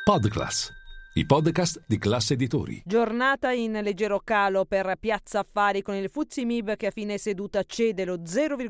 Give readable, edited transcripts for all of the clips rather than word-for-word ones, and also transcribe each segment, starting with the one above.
Podclass, i podcast di Class Editori. Giornata in leggero calo per Piazza Affari con il FTSE MIB che a fine seduta cede lo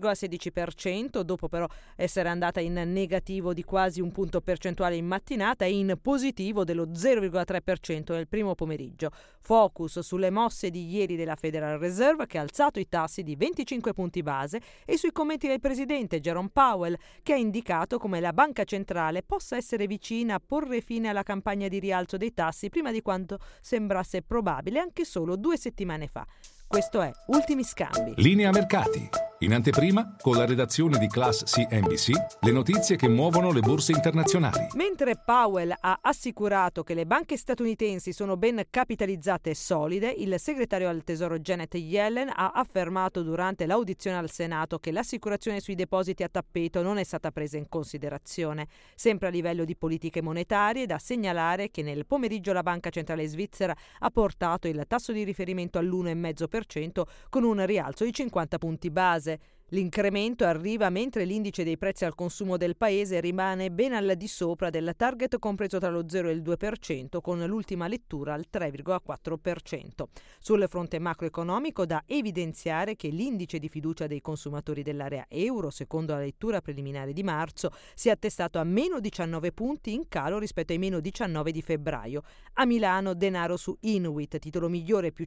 0,16%, dopo però essere andata in negativo di quasi un punto percentuale in mattinata e in positivo dello 0,3% nel primo pomeriggio. Focus sulle mosse di ieri della Federal Reserve che ha alzato i tassi di 25 punti base e sui commenti del presidente Jerome Powell che ha indicato come la banca centrale possa essere vicina a porre fine alla campagna di rialzo dei tassi prima di quanto sembrasse probabile anche solo 2 settimane fa. Questo è Ultimi Scambi. Linea mercati. In anteprima, con la redazione di Class CNBC, le notizie che muovono le borse internazionali. Mentre Powell ha assicurato che le banche statunitensi sono ben capitalizzate e solide, il segretario al Tesoro Janet Yellen ha affermato durante l'audizione al Senato che l'assicurazione sui depositi a tappeto non è stata presa in considerazione. Sempre a livello di politiche monetarie, da segnalare che nel pomeriggio la Banca Centrale Svizzera ha portato il tasso di riferimento all'1,5% con un rialzo di 50 punti base. L'incremento arriva mentre l'indice dei prezzi al consumo del paese rimane ben al di sopra del target compreso tra lo 0 e il 2%, con l'ultima lettura al 3,4%. Sul fronte macroeconomico da evidenziare che l'indice di fiducia dei consumatori dell'area euro, secondo la lettura preliminare di marzo, si è attestato a meno 19 punti in calo rispetto ai meno 19 di febbraio. A Milano denaro su Inuit, titolo migliore più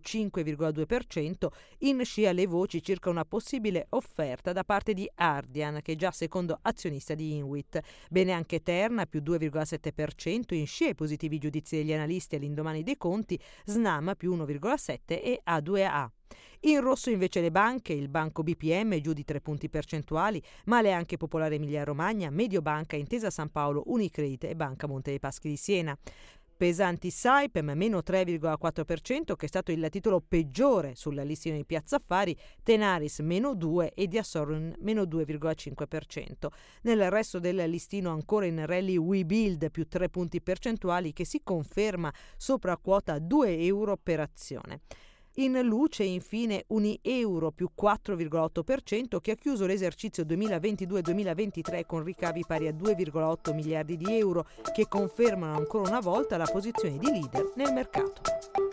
5,2%, in scia le voci circa una possibile offerta da parte di Ardian, che è già secondo azionista di Inuit. Bene anche Terna, più 2,7%, in scia ai positivi giudizi degli analisti all'indomani dei conti, Snam più 1,7% e A2A. In rosso invece le banche, il banco BPM giù di 3 punti percentuali, male anche Popolare Emilia Romagna, Mediobanca, Intesa San Paolo, Unicredit e Banca Monte dei Paschi di Siena. Pesanti Saipem, meno 3,4%, che è stato il titolo peggiore sulla listino di Piazza Affari, Tenaris meno 2% e Diasorin meno 2,5%. Nel resto del listino ancora in rally WeBuild più 3 punti percentuali che si conferma sopra quota 2 euro per azione. In luce infine Unieuro più 4,8% che ha chiuso l'esercizio 2022-2023 con ricavi pari a 2,8 miliardi di euro che confermano ancora una volta la posizione di leader nel mercato.